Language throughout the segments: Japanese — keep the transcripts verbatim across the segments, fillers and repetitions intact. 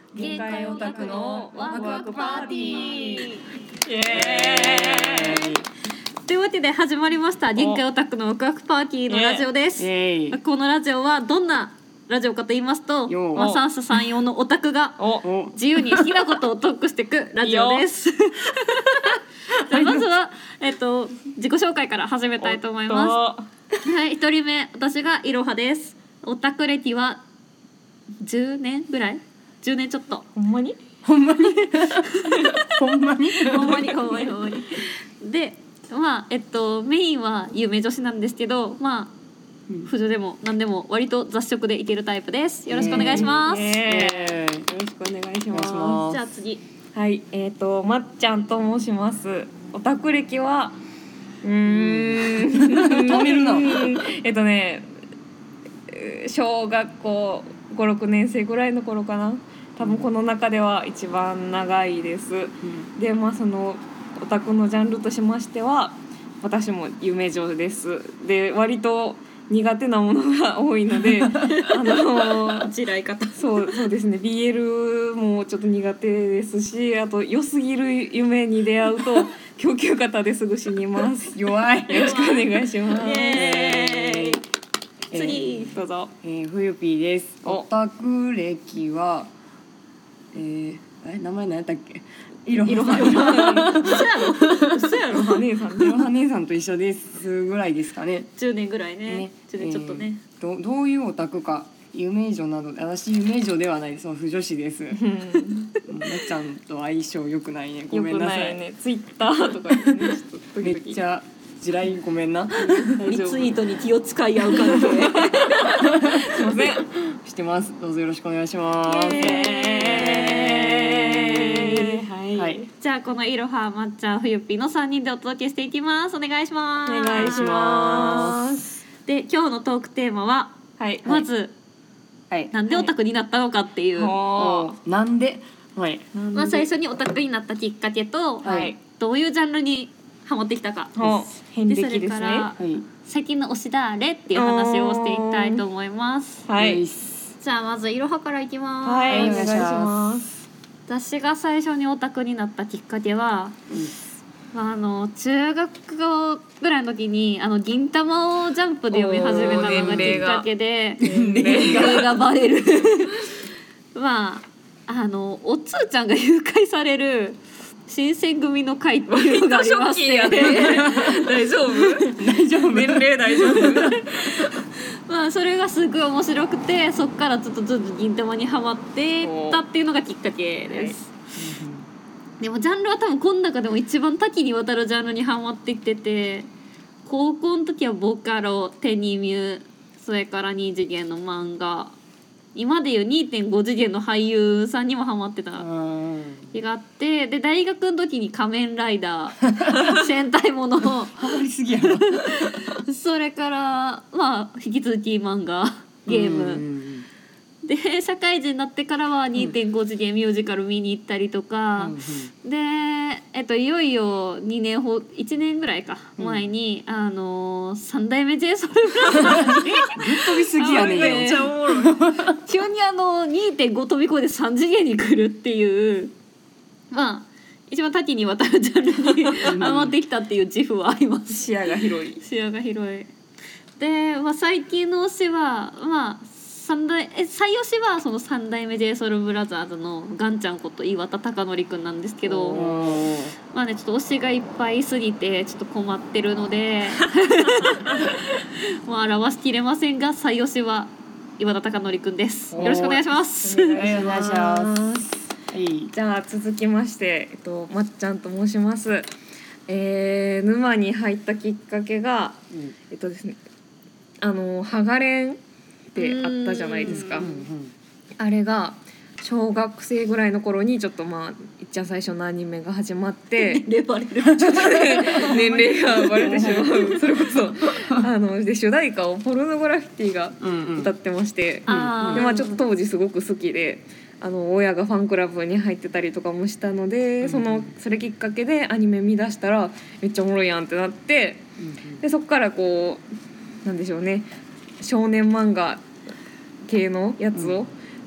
限界オタクのワクワクパーティー。イエーイ。 というわけで始まりました限界オタクのワクワクパーティーのラジオです。このラジオはどんなラジオかと言いますと、まあ、三者三様のオタクが自由に好きなことをトークしていくラジオです。じゃあまずは、えっと、自己紹介から始めたいと思います。はい、一人目、私がいろはです。オタク歴はじゅうねんぐらいじゅうねんちょっと。 ほんまにほんまにほんまにほんまにほんまにほんまにで、まあえっとメインは有名女子なんですけど、まあ婦女でも何でも割と雑食でいけるタイプです。よろしくお願いします。 よろしくお願いします。 じゃあ次、 はい、えっとまっちゃんと申します。オタク歴はうーん止めるなえっとね小学校ご、ろくねん生ぐらいの頃かな。多分この中では一番長いです。うん、で、まあそのオタクのジャンルとしましては、私も夢女です。で、割と苦手なものが多いので、あの地雷方。 そうそうですね。ビーエル もちょっと苦手ですし、あと良すぎる夢に出会うと供給型ですぐ死にます。 弱い。 よろしくお願いします。 イエーイ。次、 どうぞ。 えー、ふゆぴーです。オタク歴は、えー、え名前何やったっけ？いろは。いろは。 嘘やろ。嘘やろ。 姉さん。 いろは姉さんと一緒ですぐらいですかね。 じゅうねんぐらいね。 ねじゅうねんちょっとね。 えー、どどういうオタクか。夢女などで、私夢女ではないです。不女子です。なっちゃんと相性良くないね。ごめんなさい。 良くないね。ツイッターとかね、 めっちゃ地雷ごめんな。 リツイートに気を使い合う関係。すいません。 してます。どうぞよろしくお願いします。 はいはい、じゃあこのいろは、まっちゃん、ふゆっぴーのさんにんでお届けしていきます。お願いします。 お願いします。 で、今日のトークテーマは、はい、まず、はい、なんでオタクになったのかっていう、 はい、なんで、はい、 まあ、最初にオタクになったきっかけと、はい、どういうジャンルにハマってきたか遍歴ですね。で、それから、 はい、最近の推しだれっていう話をしていきたいと思います。 はい、 じゃあまずいろはからいきます。 はい、お願いします。 私が最初にオタクになったきっかけは、うん、あの中学校ぐらいの時にあの銀魂をジャンプで読み始めたのがきっかけで年齢がバレるまああのおつーちゃんが誘拐される新選組の会っていうのがありまして、ね、 大丈夫大丈夫年齢大丈夫まあそれがすごい面白くて、そっからちょっとずっと銀魂にハマってったっていうのがきっかけです。でもジャンルは多分この中でも一番多岐にわたるジャンルにハマってきてて、高校の時はボカロ、テニミュ、それからに次元の漫画、今でいう にてんご 次元の俳優さんにもハマってた気があって、で大学の時に仮面ライダー戦隊ものハマりすぎやろそれからまあ引き続き漫画、ゲームで、社会人になってからは にてんご 次元ミュージカル見に行ったりとか、うんうん、で、えっと、いよいよにねんほいちねんぐらいか前に、うん、あの三代目 ジェイソウルブラザーズにぶっ飛びすぎやねんめっちゃおもろい急にあの にてんご 飛び越えてさん次元に来るっていう、まあ一番多岐にわたるジャンルにハマってきたっていう自負はあります。 視野が広い視野が広いで、まあ、最近の推しはまあ三代え最推しはその三代目 ジェイソウルブラザーズのガンちゃんこと岩田貴則くんなんですけど、まあねちょっと推しがいっぱいすぎてちょっと困ってるのでもう表しきれませんが、最推しは岩田貴則くんです。よろしくお願いします。 お願いします。はい、 じゃあ続きまして、えっと、まっちゃんと申します。えー、沼に入ったきっかけが、うん、えっとですねあのハガレンってあったじゃないですか。うんうん、あれが小学生ぐらいの頃にちょっとまあいっちゃん最初のアニメが始まって年齢バレるちょっと、ね、年齢がバレてしまうそれこそあので主題歌をポルノグラフィティが歌ってまして、うんうん、でまあちょっと当時すごく好きで、あの親がファンクラブに入ってたりとかもしたので、うん、そのそれきっかけでアニメ見出したらめっちゃおもろいやんってなって、うん、でそこからこうなんでしょうね、少年漫画系のやつを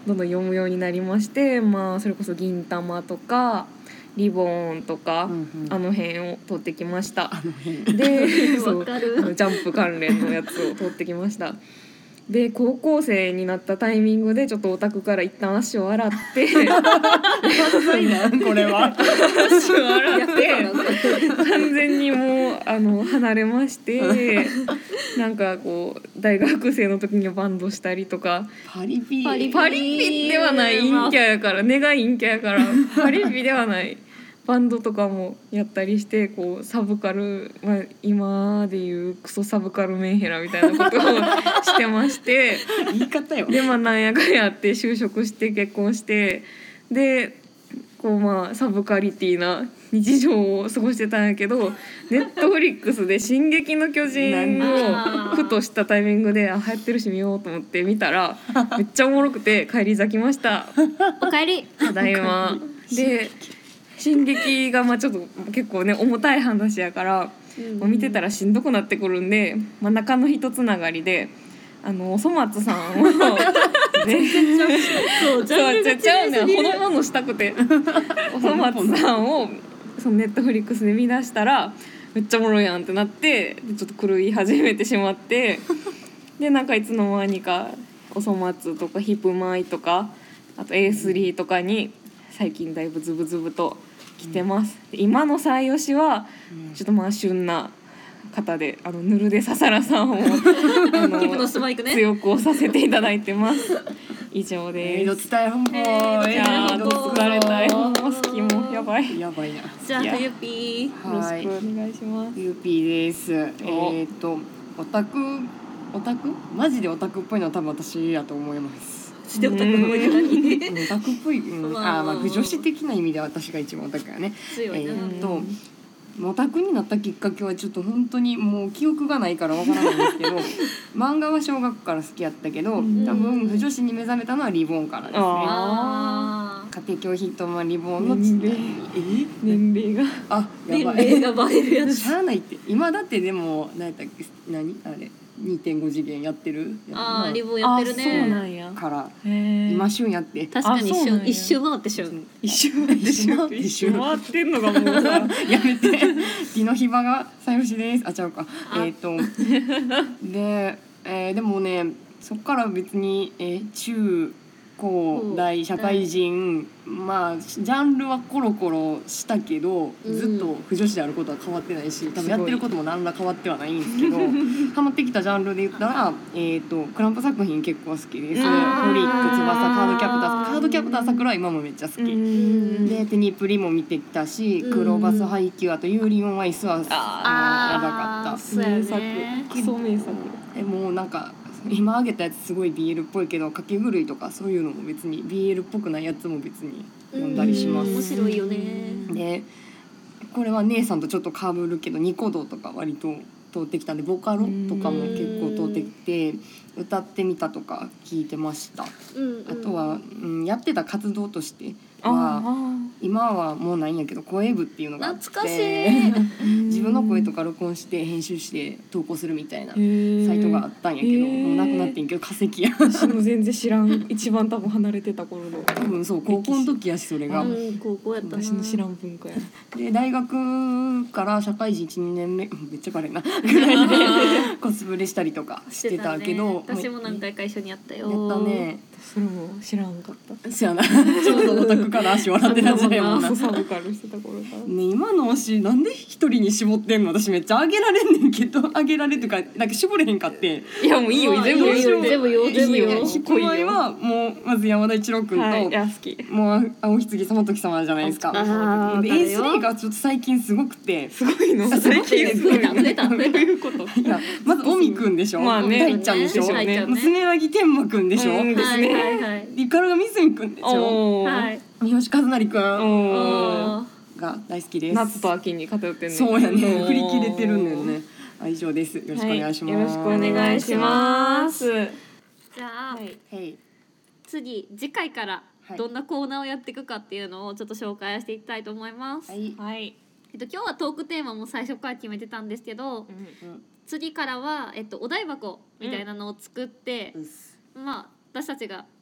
どんどん読むようになりまして、まあ、それこそ銀魂とかリボーンとか、 うんうんあの辺を通ってきました。 あの辺でそうわかるあのジャンプ関連のやつを通ってきました。で高校生になったタイミングでちょっとオタクから一旦足を洗っていなこれは足を洗って完全にもうあの離れましてなんかこう大学生の時にはバンドしたりとかパリピパリパリピではない陰キャやから根が陰キャやからパリピではないバンドとかもやったりしてこうサブカル、まあ、今でいうクソサブカルメンヘラみたいなことをしてまして言い方よ。 でまあなんやかんやって就職して結婚してでこうまあサブカリティな日常を過ごしてたんやけどネットフリックスで「進撃の巨人」をふとしたタイミングであ流行ってるし見ようと思って見たらめっちゃおもろくて帰り咲きました。 おかえり。 ただいまで進撃がまあちょっと結構ね重たい話やから、 うんもう見てたらしんどくなってくるんで真ん中の一つながりであのおそ松さんを全然ちゃうそうジャンルがちゃうねん違いすぎるほのぼのしたくておそ松さんをそのネットフリックスで見出したらめっちゃおもろいやんってなってでちょっと狂い始めてしまってでなんかいつの間にかおそ松とかヒップマイとかあと エースリー とかに最近だいぶズブズブと来てます。で今の最推しはちょっとまあ旬な方であのヌルデササラさんをあのヒプノスマイクね。 強く押させていただいてます。以上えー、どです。 つたやんぼえーどついたややーんぼ疲れたよ。好きもやばい。よやばいな。 じゃあいやゆぴー。 はろしくい。 お願いします。 ゆうぴーです。えっ、とオタクオタクマジでオタクっぽいのは多分私やと思います。 してオタクの声で何？ オタクっぽい、うん、 まああーまあ不女子的な意味では私が一番オタクやね。 強いな。 えーっとオタクになったきっかけはちょっと本当にもう記憶がないからわからないんですけど漫画は小学から好きやったけど多うん分不女子に目覚めたのはリボンからですね。 あ家庭教ヒットマンリボンの年齢え年齢があー。 やばい年齢がバレるやつ。 しゃあないって今だってでも何やったっけ何あれ にてんご 次元やってるあーリボンやあってるそうなね。 んや。 からへー今旬やって確かに一あそうなんや瞬一周回って瞬。 一瞬一瞬一瞬回ってんのがもうさやめてディノヒバが最後しですあちゃうかあえっ、とで、えーでもねそっから別に、えー中高大社会人まあジャンルはコロコロしたけどうんずっと不女子であることは変わってないし多分すごいやってることも何ら変わってはないんですけどハマってきたジャンルで言ったら、えー、とクランプ作品結構好きです。フリあーック翼カードキャプターカードキャプター桜は今もめっちゃ好き。 うんでテニプリも見てきたし、 うんクロバスハイキューあとユーリオンアイスはあのあやばかあーっそうや名作ね。 クソ名作。 た。えもうなんか今あげたやつすごい ビーエル っぽいけどかけ狂いとかそういうのも別に ビーエル っぽくないやつも別に読んだりします。 面白いよね。 でこれは姉さんとちょっとかぶるけどニコ動とか割と通ってきたんでボカロとかも結構通ってきて歌ってみたとか聞いてました。 うんうん。 あとは、うん、やってた活動としてあはあ今はもうないんやけど声部っていうのがあって懐かしい。 自分の声とか録音して編集して投稿するみたいなササイトがあったんやけど、 へーもうなくなってんけど化石や私も全然知らん一番多分離れてた頃の多分そう高校の時やしそれが、 うん高校やったな。 私の知らん文化や。 で大学から社会人いちにねんめめっちゃバレなぐらいでコスプレしたりとかしてたけど、 ね、私も何回か一緒にやったよ。 やったね。 それも知らんかった。 そやなちょうどオタクから足笑ってた時代やもんなクソサブカルしてた頃だ。 ね、今の推しなんで一人に絞ってんの私めっちゃあげられんねんけどあげられるとかなんか絞れへんかっていやもういいよまあ全部いいよ言う全部言おう全部言おうヒップマイはもうまず山田一郎君と、 はい、いや好き。 もう青ひつぎ様時様じゃないですか。 あーで エースリー がちょっと最近すごくてすごいの。 あ最近すごいの。 増えた増えたどういうこと。 いやまずオミくんでしょ、 まあね大ちゃんでしょ、 大ちゃんねスネラギ天馬くんでしょ、 うんですねはいはいはい。 でイカルガみすみくんでしょ、 おお。 はい。 三好和成くんおお。 あが大好きです。 夏と秋に偏ってんね。 そうやねおー振り切れてるんだよね。あ以上です。よろしくお願いします。 はい、よろしくお願いします。 ーじゃあ、 はい。 はい次次回からはいどんなコーナーをやっていくかっていうのをちょっと紹介していきたいと思います。 はい。 はい。 えっと今日はトークテーマも最初から決めてたんですけど、 うん次からはえっとお題箱みたいなのを作って、 うっすまあ私たちが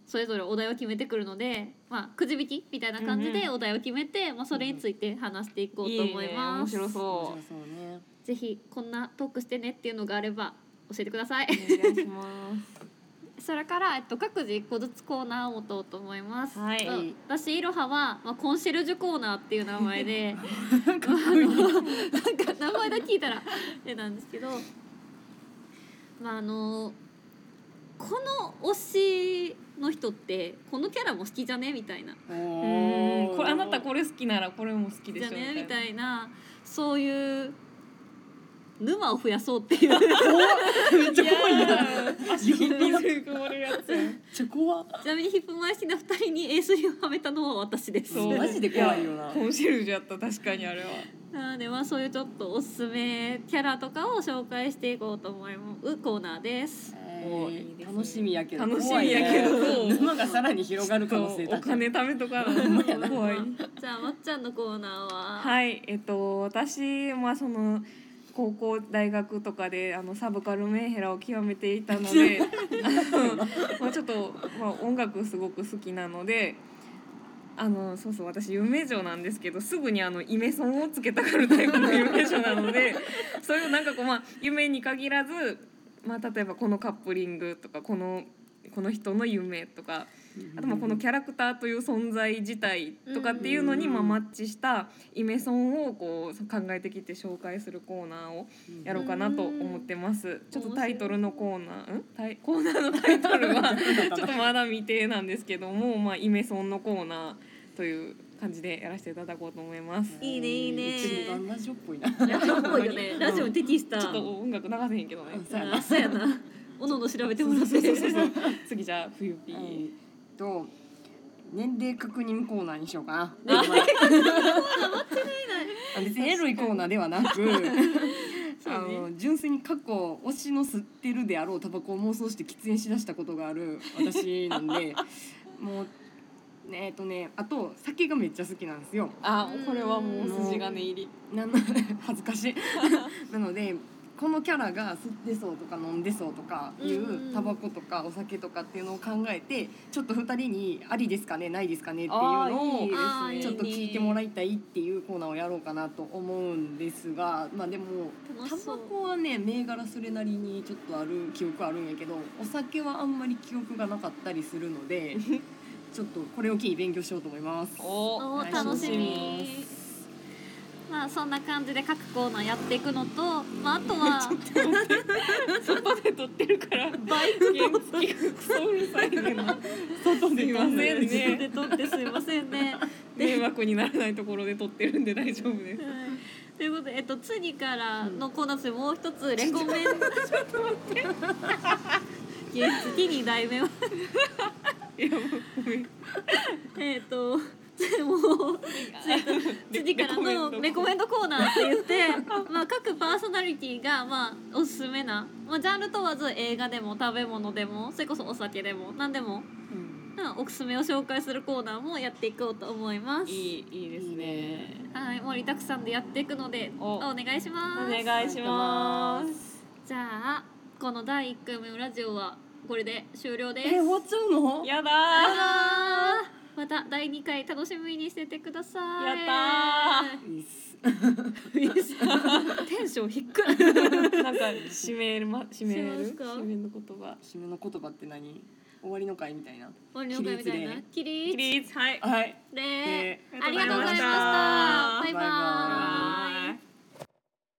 それぞれお題を決めてくるので、まあ、くじ引きみたいな感じでお題を決めて、まあ、それについて話していこうと思います。 いいね、面白面そ白そうね。 ぜひこんなトークしてねっていうのがあれば教えてください。 う。お願いしますそれから、えっと、各自いっこずつコーナーを持とうと思います。 はいうん私いろはは、まあ、コンシェルジュコーナーっていう名前であのなんか名前だけ聞いたらあれなんですけど、まああのこの推しの人ってこのキャラも好きじゃねみたいなおうんこれあなたこれ好きならこれも好きでしょじゃねみみたいたいなそういう沼を増やそうっていうめっちゃ怖いな。 な足引っ張り込まれるやつやめっちゃ怖っ。 ちなみにヒップマイ好きなふたりに エースリー をはめたのは私です。 そうマジで怖いよな。 コンシェルジュやった確かにあれはなのでまあそういうちょっとおすすめキャラとかを紹介していこうと思うコーナーです。 おいいですね楽しみやけど楽しみやけど怖いねそう沼がさらに広がる可能性お金貯めとかなほんまやな怖いじゃあまっちゃんのコーナーは、 はいえっと私まあその高校大学とかであのサブカルメンヘラを極めていたのであの、まあ、ちょっと、まあ、音楽すごく好きなのであのそうそう私夢女なんですけどすぐにあのイメソンをつけたがるタイプの夢女なのでそういうなんかこう、まあ、夢に限らず、まあ、例えばこのカップリングとかこのこの人の夢とかあとまあこのキャラクターという存在自体とかっていうのにまあマッチしたイメソンをこう考えてきて紹介するコーナーをやろうかなと思ってます。ちょっとタイトルのコーナーんタイコーナーのタイトルはちょっとまだ未定なんですけども、まあ、イメソンのコーナーという感じでやらせていただこうと思います。 いいねいいね一番ラジオっぽいなラジオっぽいよね。ラジオに適した。 ちょっと音楽流せへんけどね。 そうやなあそうやな。おのおの調べてもらって。 そうそうそうそう次じゃあ冬ピえー。 ーと年齢確認コーナーにしようかな。 あ間違いない。 あ別にエロいコーナーではなくあの純粋に過去推しの吸ってるであろうタバコを妄想して喫煙しだしたことがある私なんでもうねえっとねあと酒がめっちゃ好きなんですよ。 あこれはもう筋金入り。 なん恥ずかしいなのでこのキャラが吸ってそうとか飲んでそうとかいうんうタバコとかお酒とかっていうのを考えてちょっとふたりにありですかねないですかねっていうあーのをいいですねあーちょっと聞いてもらいたいっていうコーナーをやろうかなと思うんですがまあでもタ楽しそうバコはね銘柄それなりにちょっとある記憶あるんやけどお酒はあんまり記憶がなかったりするのでちょっとこれを機に勉強しようと思います。 おおー楽しみ。まあそんな感じで各コーナーやっていくのと、まああとは外で撮ってるからバイク原付がクソうるさいねんな。外ですいませんでね。 撮ってすいませんね。 迷惑にならないところで撮ってるんで大丈夫です。 はいということで、えっと、次からのコーナーでもう一つレコメンド原付にだいめはいやもうごめん。 えっともう次からのレコメンドコーナーって言ってまあ各パーソナリティがまあおすすめな、まあ、ジャンル問わず映画でも食べ物でもそれこそお酒でも何でも、うん、おすすめを紹介するコーナーもやっていこうと思います。 いいいいですね。 はい、盛りだくさんでやっていくのでおお願いしまおす。 願いします。 じゃあこのだいいっかいめのラジオはこれで終了です。 え終わっちゃうの？ やだー。 あーまただいにかい楽しみにしててください。 やったいいっすテンション低い。 ー。なんか締めるま締めるしますか締めの言葉。 締めの言葉って何？終わりの会みたいな。 終わりの会みたいな。起立起立はい。 はい。 ででありがとうございました。